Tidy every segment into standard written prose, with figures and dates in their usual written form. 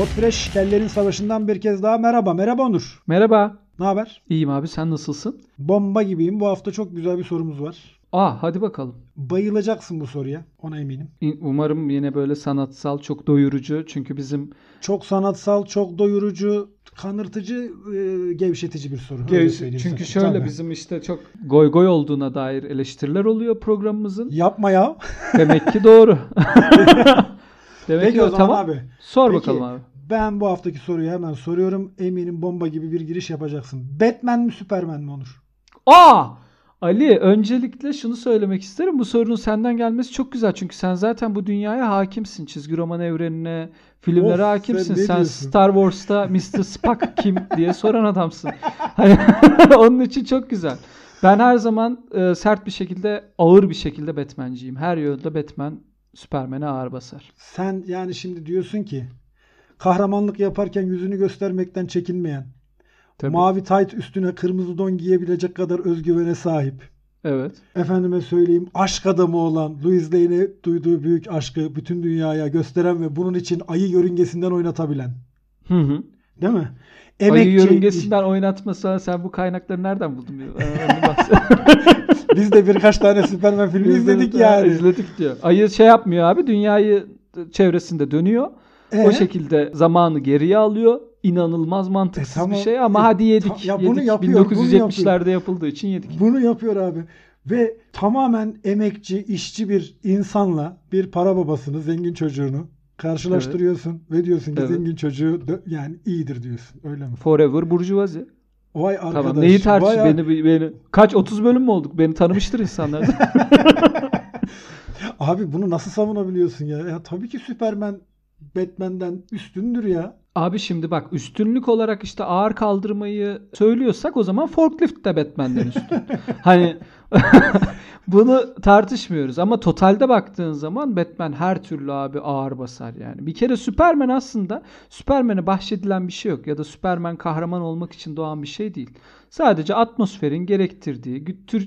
Podfresh Kellerin Savaşı'ndan bir kez daha merhaba. Merhaba Onur. Merhaba. Ne haber? İyiyim abi, sen nasılsın? Bomba gibiyim. Bu hafta çok güzel bir sorumuz var. Hadi bakalım. Bayılacaksın bu soruya. Ona eminim. Umarım yine böyle sanatsal, çok doyurucu. Çünkü bizim Çok sanatsal, çok doyurucu, kanırtıcı, gevşetici bir soru. Öyle söyleyeyim çünkü sana. şöyle Tabii. bizim işte çok goy goy olduğuna dair eleştiriler oluyor programımızın. Yapma ya. Demek ki doğru. Demek Peki ki o zaman tamam. abi. Sor Peki, bakalım abi. ben bu haftaki soruyu hemen soruyorum. Eminim bomba gibi bir giriş yapacaksın. Batman mi Superman mi Onur? Ali, öncelikle şunu söylemek isterim. Bu sorunun senden gelmesi çok güzel. Çünkü sen zaten bu dünyaya hakimsin. Çizgi roman evrenine, filmlere hakimsin. Sen Star Wars'ta Mr. Spock kim diye soran adamsın. Hani onun için çok güzel. Ben her zaman sert bir şekilde, ağır bir şekilde Batman'ciyim. Her yönde Batman Superman'e ağır basar. Sen yani şimdi diyorsun ki kahramanlık yaparken yüzünü göstermekten çekinmeyen, Tabii. mavi tayt üstüne kırmızı don giyebilecek kadar özgüvene sahip. Evet. Efendime söyleyeyim, aşk adamı olan, Louis Lane'e duyduğu büyük aşkı bütün dünyaya gösteren ve bunun için ayı yörüngesinden oynatabilen. Hı. Değil mi? Ayı yörüngesinden oynatmasa sen bu kaynakları nereden buldun? Biz de birkaç tane Superman filmi izledik yani. İzledik diyor. Ayı şey yapmıyor abi, dünyayı çevresinde dönüyor. O şekilde zamanı geriye alıyor. İnanılmaz mantıksız tamam. bir şey ama hadi yedik. Ya yedik. bunu yapıyor, 1970'lerde yapıldığı için yedik. Bunu yapıyor abi. Ve tamamen emekçi, işçi bir insanla bir para babasını, zengin çocuğunu karşılaştırıyorsun ve diyorsun ki zengin çocuğu yani iyidir diyorsun. Öyle mi? Forever burjuvazi. Vay arkadaş. Tamam, neyi tartış beni kaç 30 bölüm mü olduk? Beni tanımıştır insanlar. Abi bunu nasıl savunabiliyorsun ya? Ya tabii ki Superman Batman'den üstündür ya. Abi şimdi bak, üstünlük olarak işte ağır kaldırmayı söylüyorsak o zaman forklift de Batman'den üstün. Hani bunu tartışmıyoruz ama totalde baktığın zaman Batman her türlü abi ağır basar yani. Bir kere Superman aslında Superman'e bahşedilen bir şey yok ya da Superman kahraman olmak için doğan bir şey değil. Sadece atmosferin gerektirdiği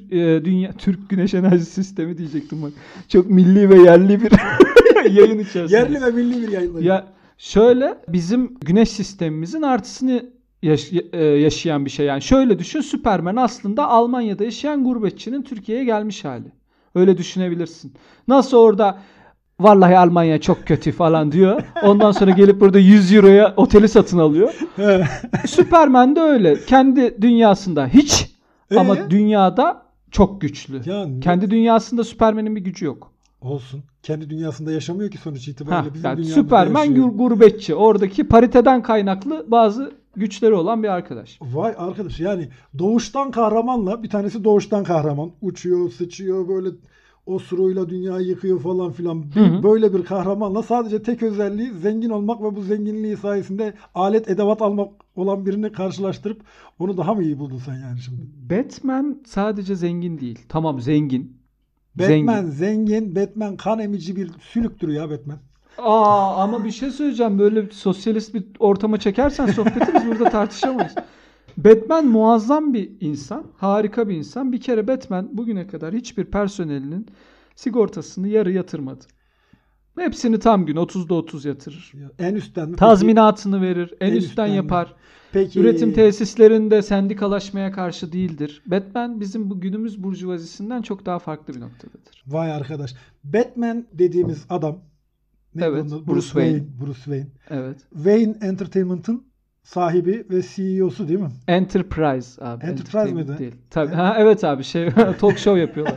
Türk Güneş Enerji Sistemi diyecektim bak. Çok milli ve yerli bir yayın içerisinde. Yerli ve milli bir yayın. Ya şöyle, bizim güneş sistemimizin artısını yaşayan bir şey. Yani şöyle düşün, Superman aslında Almanya'da yaşayan gurbetçinin Türkiye'ye gelmiş hali. Öyle düşünebilirsin. Nasıl orada vallahi Almanya çok kötü falan diyor. Ondan sonra gelip burada 100 euroya oteli satın alıyor. Superman de öyle. Kendi dünyasında hiç ama dünyada çok güçlü. Kendi dünyasında Superman'in bir gücü yok. Olsun. Kendi dünyasında yaşamıyor ki sonuç itibariyle. Bizim dünyamızda Superman yaşıyor. gurbetçi. Oradaki pariteden kaynaklı bazı güçleri olan bir arkadaş. Vay arkadaş, yani doğuştan kahramanla bir tanesi doğuştan kahraman. Uçuyor, sıçıyor, böyle osuruyla dünyayı yıkıyor falan filan. Böyle bir kahramanla sadece tek özelliği zengin olmak ve bu zenginliği sayesinde alet edevat almak olan birini karşılaştırıp onu daha mı iyi buldun sen yani şimdi? Batman sadece zengin değil. Tamam, zengin. Batman zengin. Batman kan emici bir sülüktür ya Batman. Ama bir şey söyleyeceğim. Böyle sosyalist bir ortama çekersen sohbeti biz burada tartışamayız. Batman muazzam bir insan. Harika bir insan. Bir kere Batman bugüne kadar hiçbir personelinin sigortasını yarı yatırmadı. Hepsini tam gün 30'da 30 yatırır. En üstten mi? Tazminatını verir. En üstten mi? yapar. Peki. Üretim tesislerinde sendikalaşmaya karşı değildir. Batman bizim bu günümüz burjuvazisinden çok daha farklı bir noktadadır. Vay arkadaş. Batman dediğimiz adam. Evet. Bruce Wayne. Evet. Wayne Entertainment'ın sahibi ve CEO'su değil mi? Enterprise abi. Enterprise miydi? Değil. Tabii. Evet abi, talk show yapıyorlar.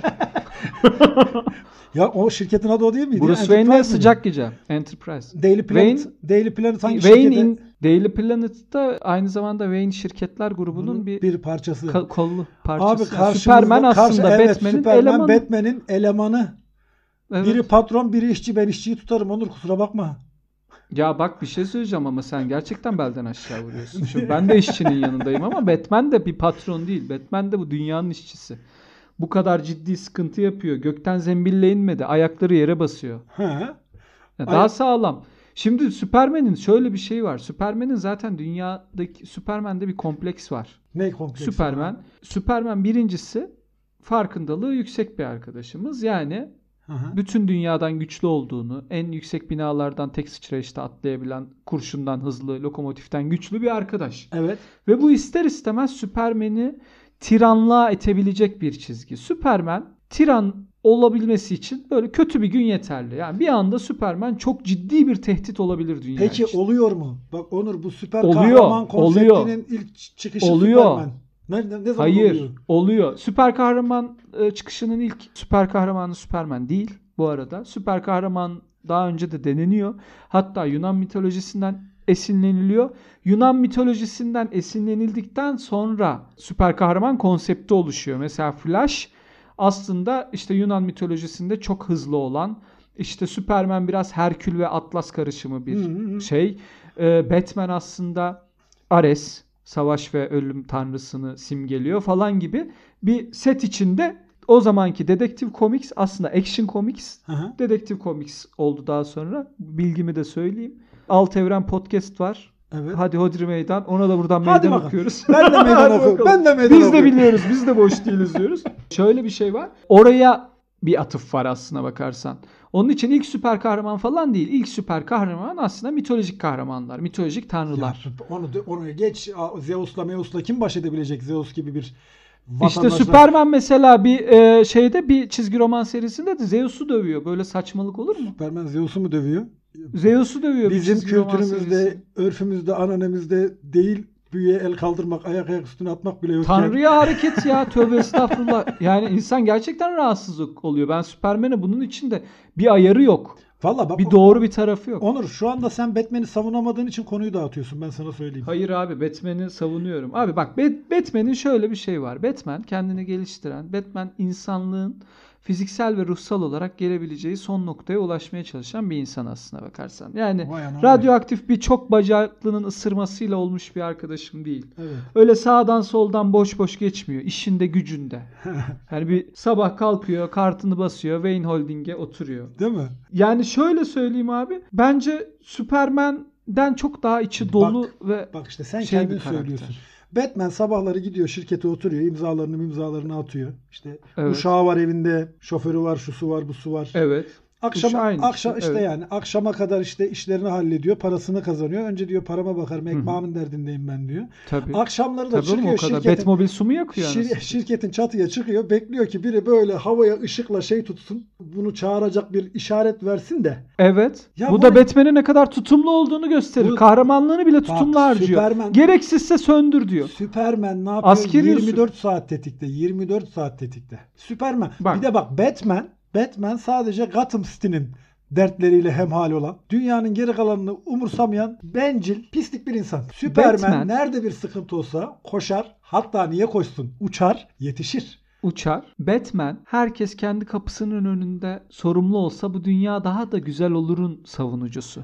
Ya o şirketin adı o değil miydi? Bruce Wayne'le sıcak gece. Enterprise. Daily Planet hangi Wayne şirkete? Daily Planet'ta aynı zamanda Wayne şirketler grubunun bir parçası. Kollu parçası. Abi Superman aslında Batman'in elemanı. Batman'in elemanı. Evet. Biri patron, biri işçi. Ben işçiyi tutarım Onur, kusura bakma. Ya bak, bir şey söyleyeceğim ama sen gerçekten belden aşağı vuruyorsun. Şimdi ben de işçinin yanındayım ama Batman de bir patron değil. Batman de bu dünyanın işçisi. Bu kadar ciddi sıkıntı yapıyor. Gökten zembille inmedi. Ayakları yere basıyor. Daha sağlam. Şimdi Superman'in şöyle bir şey var. Superman'in zaten dünyadaki Superman'de bir kompleks var. Ne kompleksi? Superman birincisi farkındalığı yüksek bir arkadaşımız. Yani Aha. bütün dünyadan güçlü olduğunu, en yüksek binalardan tek sıçrayışta atlayabilen, kurşundan hızlı, lokomotiften güçlü bir arkadaş. Evet. Ve bu ister istemez Superman'i tiranlığa itebilecek bir çizgi. Superman tiran olabilmesi için böyle kötü bir gün yeterli. Yani bir anda Superman çok ciddi bir tehdit olabilir dünya Peki için. oluyor mu? Bak Onur, bu süper Oluyor, kahraman konseptinin oluyor. ilk çıkışı Oluyor. Superman. Ne zaman Hayır, oluyor? oluyor. Süper kahraman çıkışının ilk süper kahramanı Superman değil bu arada. Süper kahraman daha önce de deneniyor. Hatta Yunan mitolojisinden esinleniliyor. Yunan mitolojisinden esinlenildikten sonra süper kahraman konsepti oluşuyor. Mesela Flash aslında işte Yunan mitolojisinde çok hızlı olan, işte Superman biraz Herkül ve Atlas karışımı bir şey. Batman aslında Ares, savaş ve ölüm tanrısını simgeliyor falan gibi bir set içinde o zamanki Detective Comics aslında Action Comics, Aha. Detective Comics oldu daha sonra. Bilgimi de söyleyeyim. Alt Evren Podcast var. Evet. Hadi Hodri Meydan. Ona da buradan Hadi meydan bakalım. okuyoruz. Ben de meydan Hadi okuyorum. bakalım. Ben de meydan Biz de okuyorum. biliyoruz. Biz de boş değiliz diyoruz. Şöyle bir şey var. Oraya bir atıf var aslına bakarsan. Onun için ilk süper kahraman falan değil. İlk süper kahraman aslında mitolojik kahramanlar. Mitolojik tanrılar. Ya, onu geç. Zeus'la kim baş edebilecek? Zeus gibi bir İşte vatandaşla. Superman mesela bir şeyde bir çizgi roman serisinde de Zeus'u dövüyor. Böyle saçmalık olur mu? Superman Zeus'u mu dövüyor? Zeus'u dövüyor. bir Bizim çizgi roman kültürümüzde, serisi. örfümüzde, ananemizde değil büyüye el kaldırmak, ayak üstüne atmak bile yok. Tanrı'ya hareket ya. Tövbe estağfurullah. Yani insan gerçekten rahatsız oluyor. Ben Superman'e bunun içinde bir ayarı yok. Valla bak, Bir doğru bir tarafı yok. Onur, şu anda sen Batman'i savunamadığın için konuyu dağıtıyorsun, ben sana söyleyeyim. Hayır abi, Batman'i savunuyorum. Abi bak, Batman'in şöyle bir şey var. Batman kendini geliştiren, Batman insanlığın fiziksel ve ruhsal olarak gelebileceği son noktaya ulaşmaya çalışan bir insan aslına bakarsan. Yani Vay anam. radyoaktif bir çok bacaklının ısırmasıyla olmuş bir arkadaşım değil. Evet. Öyle sağdan soldan boş boş geçmiyor. İşinde gücünde. Yani bir sabah kalkıyor, kartını basıyor, Wayne Holding'e oturuyor. Değil mi? Yani şöyle söyleyeyim abi. Bence Superman'den çok daha içi dolu ve Bak işte sen şey kendin bir karakter. söylüyorsun. Batman sabahları gidiyor şirkete oturuyor, imzalarını atıyor. İşte Evet. uşağı var evinde, şoförü var, şusu var, busu var. Evet. Akşam işte, işte evet. yani akşama kadar işte işlerini hallediyor, parasını kazanıyor. Önce diyor parama bakarım, ekmeğimin derdindeyim ben diyor. Tabii. Akşamları da Tabii oğlum, çıkıyor o kadar. şirketin, Batmobile su mu yakıyor anasını? şirketin çatıya çıkıyor, bekliyor ki biri böyle havaya ışıkla şey tutsun. Bunu çağıracak bir işaret versin de. Evet. Ya bu da Batman'in ne kadar tutumlu olduğunu gösterir. Bu- Kahramanlığını bile tutumlu harcıyor. Superman- Gereksizse söndür diyor. Superman ne yapıyor? Askeri 24 saat tetikte. 24 saat tetikte. Superman. Bak. Bir de bak Batman sadece Gotham City'nin dertleriyle hemhal olan, dünyanın geri kalanını umursamayan, bencil, pislik bir insan. Superman Batman- nerede bir sıkıntı olsa koşar, hatta niye koşsun? Uçar, yetişir. Uçar. Batman, herkes kendi kapısının önünde sorumlu olsa bu dünya daha da güzel olurun savunucusu.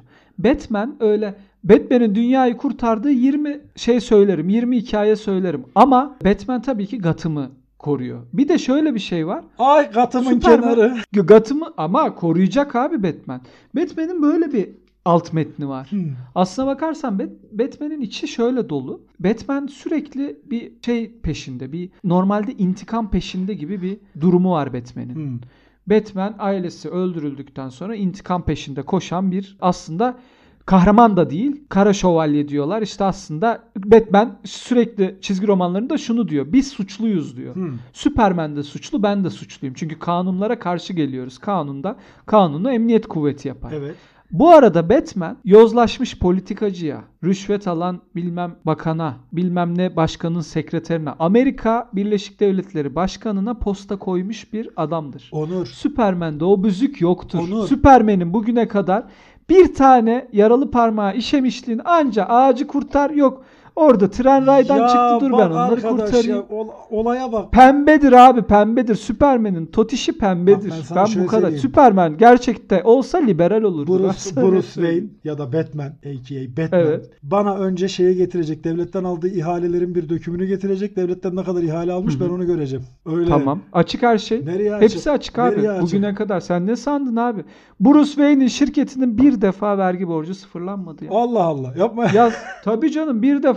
Batman'in dünyayı kurtardığı 20 hikaye söylerim. Ama Batman tabii ki Gotham'ı koruyor. Bir de şöyle bir şey var. Ay Gotham'ın Superman- kenarı. Gotham'ı ama koruyacak abi Batman. Batman'in böyle bir alt metni var. Aslına bakarsan Batman'in içi şöyle dolu. Batman sürekli bir şey peşinde, bir normalde intikam peşinde gibi bir durumu var Batman'in. Batman ailesi öldürüldükten sonra intikam peşinde koşan bir, aslında kahraman da değil, kara şövalye diyorlar. İşte aslında Batman sürekli çizgi romanlarında şunu diyor: biz suçluyuz diyor. Superman de suçlu, ben de suçluyum. Çünkü kanunlara karşı geliyoruz. Kanunu emniyet kuvveti yapar. Evet. Bu arada Batman yozlaşmış politikacıya, rüşvet alan bilmem bakana, bilmem ne başkanın sekreterine, Amerika Birleşik Devletleri başkanına posta koymuş bir adamdır. Onur. Superman'de o büzük yoktur. Onur. Superman'in bugüne kadar bir tane yaralı parmağı işemişliğin, anca ağacı kurtar, yok. Orada tren raydan çıktı, dur ben bak onları arkadaş kurtarayım. ya, olaya bak. Pembedir abi, pembedir. Superman'in totişi pembedir. Bak ben sana Ben şöyle bu kadar. söyleyeyim. Superman gerçekte olsa liberal olurdu. Ben sana Bruce söyleyeyim. Wayne ya da Batman, a.k.a. Batman, Evet. bana önce şeye getirecek, devletten aldığı ihalelerin bir dökümünü getirecek, devletten ne kadar ihale almış ben onu göreceğim. Öyle. Tamam. Açık her şey. Nereye açık? Hepsi açık abi. Nereye açık? Bugüne kadar. Sen ne sandın abi? Bruce Wayne'in şirketinin bir defa vergi borcu sıfırlanmadı ya. Allah Allah, yapma. Yaz. Tabii canım, bir defa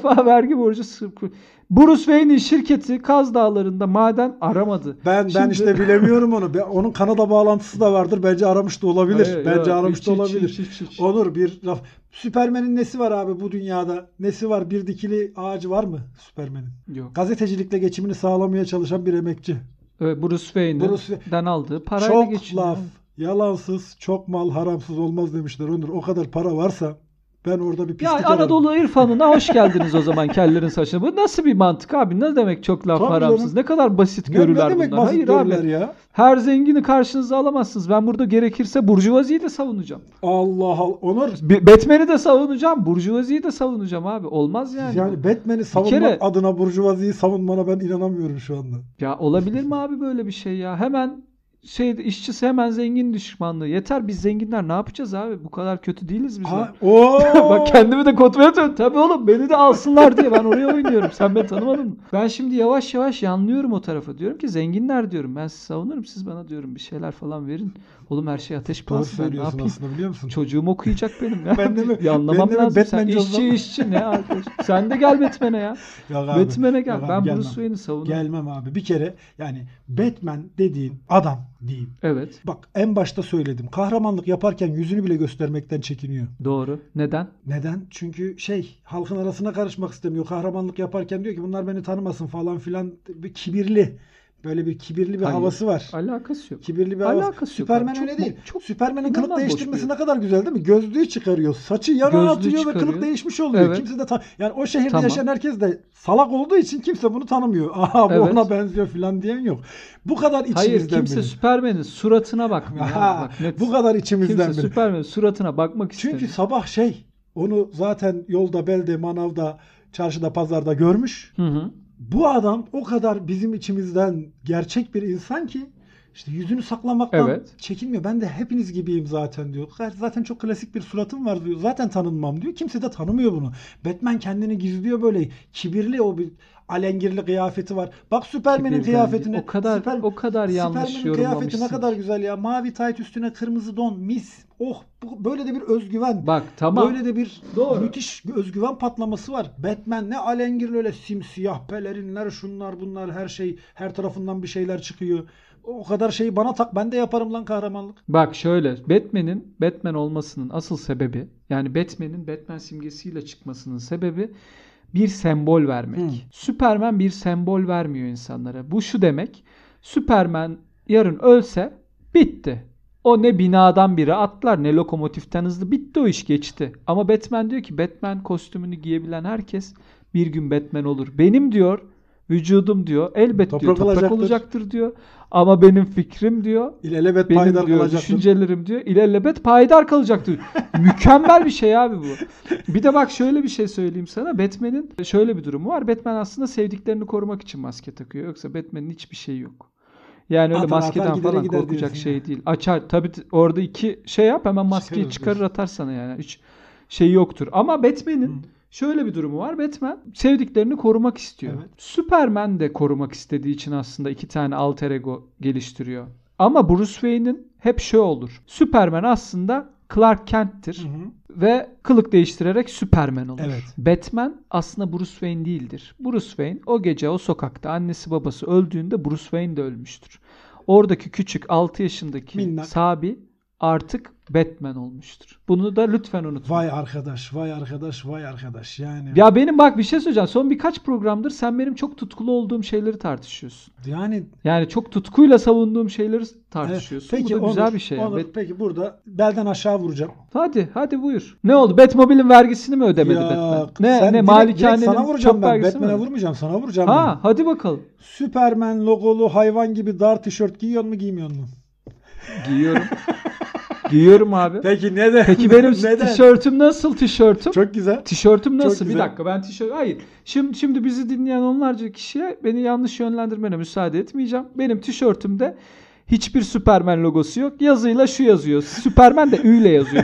defa vergi borcu Bruce Wayne'in şirketi Kaz Dağları'nda maden aramadı. Ben işte bilemiyorum onu. Onun Kanada bağlantısı da vardır. Bence aramış da olabilir. Hayır, Bence yok, aramış da olabilir. hiç. Onur bir laf. Süpermen'in nesi var abi bu dünyada? Nesi var? Bir dikili ağacı var mı Süpermen'in? Yok. Gazetecilikle geçimini sağlamaya çalışan bir emekçi. Bruce Wayne'den aldığı parayla çok geçiniyor. laf, yalansız, çok mal haramsız olmaz demişler Onur. O kadar para varsa ben orada bir pislik Ya ararım. Anadolu irfanına hoş geldiniz o zaman kellerin saçına. Bu nasıl bir mantık abi? Ne demek çok laf Tabii haramsız? canım. Ne kadar basit Ne görüler demek bunlar. basit Hayır görüler abi. ya? Her zengini karşınıza alamazsınız. Ben burada gerekirse burjuvaziyi de savunacağım. Allah Allah. Onur Batman'i de savunacağım. Burjuvaziyi de savunacağım abi. Olmaz yani. yani Batman'i savunmak kere- adına burjuvaziyi savunmana ben inanamıyorum şu anda. Ya olabilir mi abi böyle bir şey ya? Hemen işçisi hemen zengin düşmanlığı. Yeter biz zenginler ne yapacağız abi? Bu kadar kötü değiliz biz. Ha, oo! Bak kendimi de kontrol ediyorum. Tabii oğlum beni de alsınlar diye ben oraya oynuyorum. Sen beni tanımadın mı? Ben şimdi yavaş yavaş yanlıyorum o tarafa. Diyorum ki zenginler diyorum. Ben sizi savunurum. Siz bana diyorum bir şeyler falan verin. Oğlum her şey ateş Doğru pahası. Ben ne söylüyorsun yapayım? aslında biliyor musun? Çocuğum okuyacak benim ya. Ben de mi? Yanlamam Ben de mi lazım. Batman Sen cazlam- işçi ne arkadaş? Sen de gel Batman'e ya. Yok abi, Batman'e gel. yok abi, Ben gelmem. Bruce Wayne'i savunurum. Gelmem abi. Bir kere yani Batman dediğin adam diyeyim. Evet. Bak en başta söyledim. Kahramanlık yaparken yüzünü bile göstermekten çekiniyor. Doğru. Neden? Neden? Çünkü halkın arasına karışmak istemiyor. Kahramanlık yaparken diyor ki bunlar beni tanımasın falan filan. Bir kibirli. Böyle bir kibirli bir Hayır. havası var. Alakası yok. Kibirli bir havası. Alakası yok Süpermen abi. öyle Çok değil. çok Süpermen'in kılık inanılmaz değiştirmesi boş bir- ne kadar güzel değil mi? Gözlüğü çıkarıyor. Saçı yana Gözlüğü atıyor ve çıkarıyor. kılık değişmiş oluyor. Evet. Kimse de yani o şehirde Tamam. yaşayan herkes de salak olduğu için kimse bunu tanımıyor. Aha bu Evet. ona benziyor filan diyen yok. Bu kadar içimizden Hayır kimse biri. Süpermen'in suratına bakmıyor. ya. Aha, Bak, net. bu kadar içimizden Kimse biri. Süpermen'in suratına bakmak istemiyor. Çünkü sabah onu zaten yolda, belde, manavda, çarşıda, pazarda görmüş. Hı hı. Bu adam o kadar bizim içimizden gerçek bir insan ki işte yüzünü saklamaktan Evet. çekinmiyor. Ben de hepiniz gibiyim zaten diyor. Zaten çok klasik bir suratım var diyor. Zaten tanınmam diyor. Kimse de tanımıyor bunu. Batman kendini gizliyor böyle. Kibirli o bir alengirli kıyafeti var. Bak Süpermen'in Kibirden kıyafetine. değil. O kadar yanlış Süpermen'in kıyafeti ne yorumlamışsın. kadar güzel ya. Mavi tayt üstüne kırmızı don. Mis. Oh böyle de bir özgüven. Bak tamam. Böyle de bir Doğru. müthiş bir özgüven patlaması var. Batman ne alengirli öyle simsiyah pelerinler şunlar bunlar her şey her tarafından bir şeyler çıkıyor. O kadar şeyi bana tak ben de yaparım lan kahramanlık. Bak şöyle Batman'in Batman olmasının asıl sebebi yani Batman'in Batman simgesiyle çıkmasının sebebi bir sembol vermek. Hı. Superman bir sembol vermiyor insanlara. Bu şu demek. Superman yarın ölse bitti. O ne binadan biri atlar ne lokomotiften hızlı. Bitti o iş geçti. Ama Batman diyor ki Batman kostümünü giyebilen herkes bir gün Batman olur. Benim diyor vücudum diyor elbet diyor toprak olacaktır. olacaktır diyor. Ama benim fikrim diyor İlelebet benim payidar diyor kalacaktır. düşüncelerim diyor ilelebet payidar kalacaktır. Mükemmel bir şey abi bu. Bir de bak şöyle bir şey söyleyeyim sana. Batman'in şöyle bir durumu var. Batman aslında sevdiklerini korumak için maske takıyor. Yoksa Batman'in hiçbir şeyi yok. Yani öyle Atar, maskeden gidere falan gider korkacak diyorsun şey ya. değil. Açar tabii orada iki şey yap hemen maskeyi Çıkarır çıkarır diyorsun. atar sana yani. Hiç şey yoktur. Ama Batman'in şöyle bir durumu var. Batman sevdiklerini korumak istiyor. Evet. Superman de korumak istediği için aslında iki tane alter ego geliştiriyor. Ama Bruce Wayne'in hep şey olur. Superman aslında Clark Kent'tir. Hı hı. Ve kılık değiştirerek Superman olur. Evet. Batman aslında Bruce Wayne değildir. Bruce Wayne o gece o sokakta annesi babası öldüğünde Bruce Wayne de ölmüştür. Oradaki küçük 6 yaşındaki Minnak. Sabi artık Batman olmuştur. Bunu da lütfen unutma. Vay arkadaş, vay arkadaş, vay arkadaş. Yani Ya benim bak bir şey söyleyeceğim. Son birkaç programdır sen benim çok tutkulu olduğum şeyleri tartışıyorsun. Yani çok tutkuyla savunduğum şeyleri tartışıyorsun. Peki, Bu da güzel Onur, bir şey. Onur, peki burada belden aşağı vuracağım. Hadi buyur. Ne oldu? Batmobile'in vergisini mi ödemedi Ya, Batman? sen Ne direkt malikanenin sana vuracağım çöp ben. vergisi mi Batman'e ödedi? vurmayacağım, sana vuracağım Ha, hadi bakalım. ben. Superman logolu hayvan gibi dar tişört giyiyor mu giymiyor mu? Giyiyorum. Giyiyorum abi. Peki neden? Peki benim neden? tişörtüm nasıl tişörtüm? Çok güzel. Tişörtüm nasıl? Çok Bir güzel. dakika ben tişört... Hayır. Şimdi bizi dinleyen onlarca kişiye beni yanlış yönlendirmene müsaade etmeyeceğim. Benim tişörtümde hiçbir Superman logosu yok. Yazıyla şu yazıyor. Superman de Ü ile yazıyor.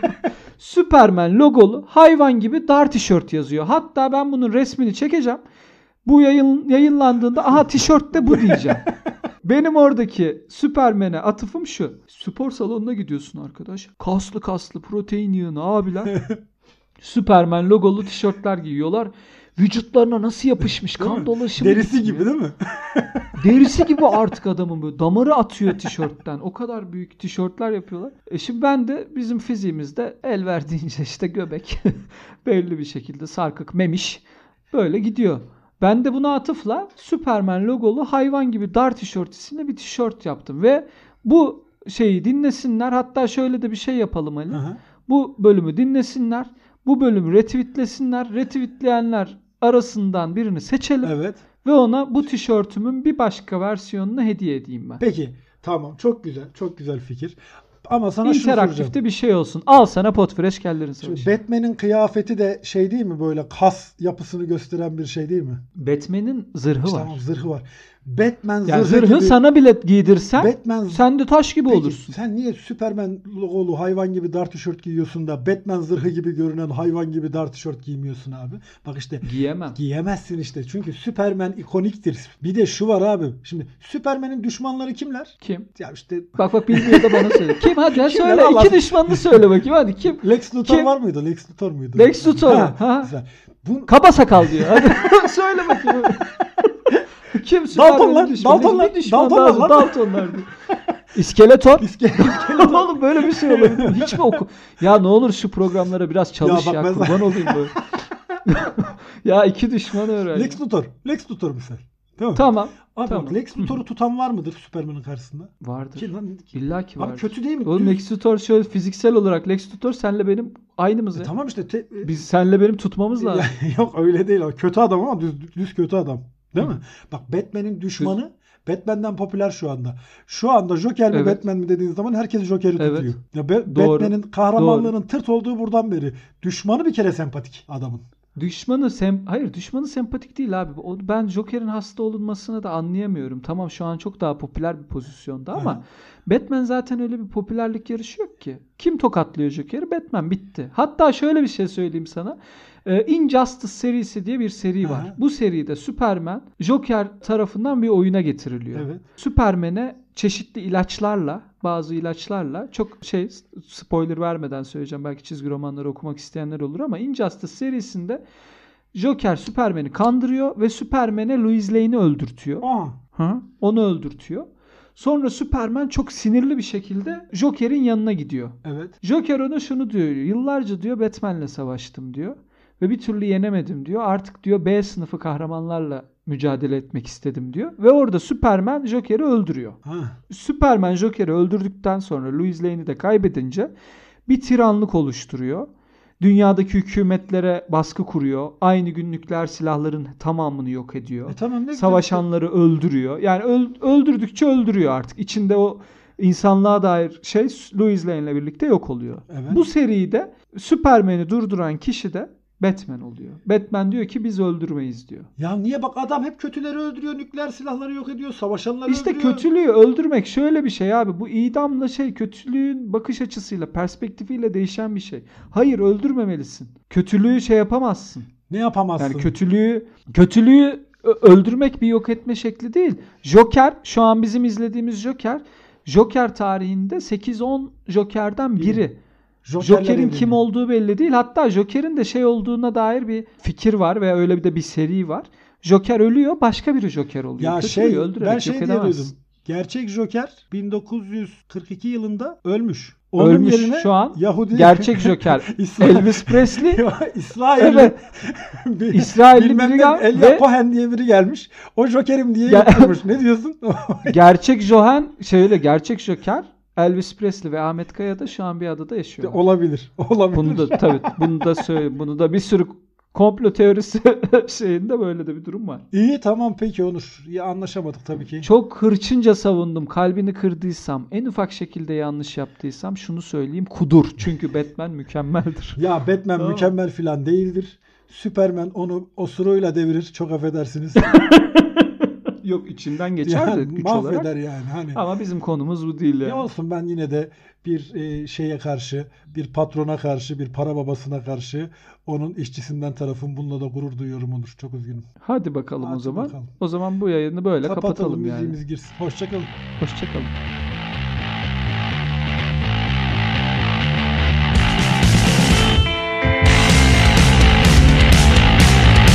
Superman logolu hayvan gibi dar tişört yazıyor. Hatta ben bunun resmini çekeceğim. Bu yayınlandığında aha tişörtte bu diyeceğim. Benim oradaki Superman'e atıfım şu. Spor salonuna gidiyorsun arkadaş. Kaslı protein yığını abiler. Superman logolu tişörtler giyiyorlar. vücutlarına nasıl yapışmış Değil kan mi? dolaşımı Derisi gitmiyor. gibi değil mi? Derisi gibi artık adamın böyle damarı atıyor tişörtten. O kadar büyük tişörtler yapıyorlar. Şimdi ben de bizim fiziğimizde el verdiğince işte göbek belli bir şekilde sarkık memiş böyle gidiyor. Ben de buna atıfla Superman logolu hayvan gibi dar tişört isimli bir tişört yaptım ve bu şeyi dinlesinler. Hatta şöyle de bir şey yapalım Ali. Hı. Bu bölümü dinlesinler. Bu bölümü retweetlesinler. Retweetleyenler arasından birini seçelim. Evet. Ve ona bu tişörtümün bir başka versiyonunu hediye edeyim ben. Peki. Tamam. Çok güzel. Çok güzel fikir. Ama sana şunu soracağım. İnteraktifte bir şey olsun. Al sana Potfresh kellerin savaşı. Şimdi Batman'in kıyafeti de şey değil mi, böyle kas yapısını gösteren bir şey değil mi? Batman'in zırhı İşte var. tamam, zırhı var. Batman Yani zırhı zırhı gibi. sana bile giydirsen Batman sen de taş gibi Peki, olursun. sen niye Superman logolu hayvan gibi dar tişört giyiyorsun da Batman zırhı gibi görünen hayvan gibi dar tişört giymiyorsun abi? Bak işte Giyemem. giyemezsin işte. Çünkü Superman ikoniktir. Bir de şu var abi. Şimdi Superman'in düşmanları kimler? Kim? Ya işte Bak bilmiyor da bana söyle. Kim? Hadi Kimler söyle. Allah- İki düşmanını söyle bakayım. Hadi kim? Lex Luthor Kim? var mıydı? Lex Luthor muydu? Lex Luthor. Ha. Güzel. Bu Kaba sakal diyor. Hadi söyle bakayım. Kim Daltonlar, Superman'in düşmanı? Daltonlar, Bir düşman Daltonlar lazım. lan. Daltonlar diyor. İskeletor. İskeletor. Oğlum böyle bir şey olabilir mi? Hiç mi oku? Ya ne olur şu programlara biraz çalış Ya ya. bak ben- Kurban olayım böyle. Ya iki düşman öğren. Lex Luthor. Lex Luthor misal. Değil mi? Tamam. Abi tamam. bak, Lex Luthor'u tutan var mıdır Superman'in karşısında? Vardır. Ki lan, İlla ki abi vardır. kötü değil mi? Oğlum Düz- Lex Luthor şöyle fiziksel olarak Lex Luthor senle benim aynımız ya. Tamam işte. Biz senle benim tutmamız lazım. Yok öyle değil. O kötü adam ama düz kötü adam. Değil mi? Bak Batman'in düşmanı Batman'den popüler şu anda. Şu anda Joker mi Evet. Batman mi dediğin zaman herkes Joker'i Evet. tutuyor. Ya Doğru. Batman'in kahramanlığının tırt olduğu buradan beri. Düşmanı bir kere sempatik adamın. Düşmanı sempatik değil abi. Ben Joker'in hasta olunmasını da anlayamıyorum. Tamam şu an çok daha popüler bir pozisyonda ama Hı. Batman zaten öyle bir popülerlik yarışı yok ki. Kim tokatlıyor Joker'i? Batman, bitti. Hatta şöyle bir şey söyleyeyim sana. Injustice serisi diye bir seri var. Hı. Bu seride Superman Joker tarafından bir oyuna getiriliyor. Evet. Superman'e çeşitli bazı ilaçlarla çok spoiler vermeden söyleyeceğim. Belki çizgi romanları okumak isteyenler olur ama Injustice serisinde Joker Superman'i kandırıyor ve Superman'e Lois Lane'i öldürtüyor. Onu öldürtüyor. Sonra Superman çok sinirli bir şekilde Joker'in yanına gidiyor. Evet. Joker ona şunu diyor. Yıllarca diyor Batman'le savaştım diyor. Ve bir türlü yenemedim diyor. Artık diyor B sınıfı kahramanlarla mücadele etmek istedim diyor. Ve orada Superman Joker'i öldürüyor. Superman Joker'i öldürdükten sonra Lois Lane'i de kaybedince bir tiranlık oluşturuyor. Dünyadaki hükümetlere baskı kuruyor. Aynı gün nükleer silahların tamamını yok ediyor. Tamam, ne Savaşanları öldürüyor. Yani öldürdükçe öldürüyor artık. İçinde o insanlığa dair Lois Lane'le birlikte yok oluyor. Evet. Bu seride Superman'i durduran kişi de Batman oluyor. Batman diyor ki biz öldürmeyiz diyor. Ya niye, bak adam hep kötüleri öldürüyor, nükleer silahları yok ediyor, savaşanları İşte öldürüyor. kötülüğü öldürmek şöyle bir şey abi. Bu idamla kötülüğün bakış açısıyla, perspektifiyle değişen bir şey. Hayır, öldürmemelisin. Kötülüğü yapamazsın. Ne yapamazsın? Yani kötülüğü öldürmek bir yok etme şekli değil. Joker, şu an bizim izlediğimiz Joker tarihinde 8-10 Joker'den biri. Joker'in kim olduğu belli değil. Hatta Joker'in de olduğuna dair bir fikir var ve öyle bir seri var. Joker ölüyor, başka biri Joker oluyor. Ya öldürerek ben yok diye edemezsin. duydum. Gerçek Joker 1942 yılında ölmüş. Ölmüş yerine şu an. Yahudi Gerçek Joker Elvis Presley. İsrail'li Evet. İsrailli bilmem biri ne, Elia ve Cohen diye biri gelmiş. O Joker'im diye Ya- getirmiş. Ne diyorsun? gerçek gerçek Joker Elvis Presley ve Ahmet Kaya da şu an bir adada yaşıyorlar. Olabilir. Bunu da tabii bunu da bir sürü komplo teorisi şeyinde böyle de bir durum var. İyi, tamam, peki Onur. Ya anlaşamadık tabii ki. Çok hırçınca savundum. Kalbini kırdıysam, en ufak şekilde yanlış yaptıysam şunu söyleyeyim. Kudur. Çünkü Batman mükemmeldir. Ya Batman Tamam. mükemmel filan değildir. Superman onu osuruyla devirir. Çok affedersiniz. Yok, içinden geçer de güç olarak. Mahveder yani. Hani. Ama bizim konumuz bu değil yani. Ne olsun, ben yine de bir şeye karşı, bir patrona karşı, bir para babasına karşı onun işçisinden tarafım. Bununla da gurur duyuyorum Onur. Çok üzgünüm. Hadi bakalım o Hadi zaman. bakalım. O zaman bu yayını böyle kapatalım yani. Müziğimiz girsin. Hoşça kalın. Hoşça kalın.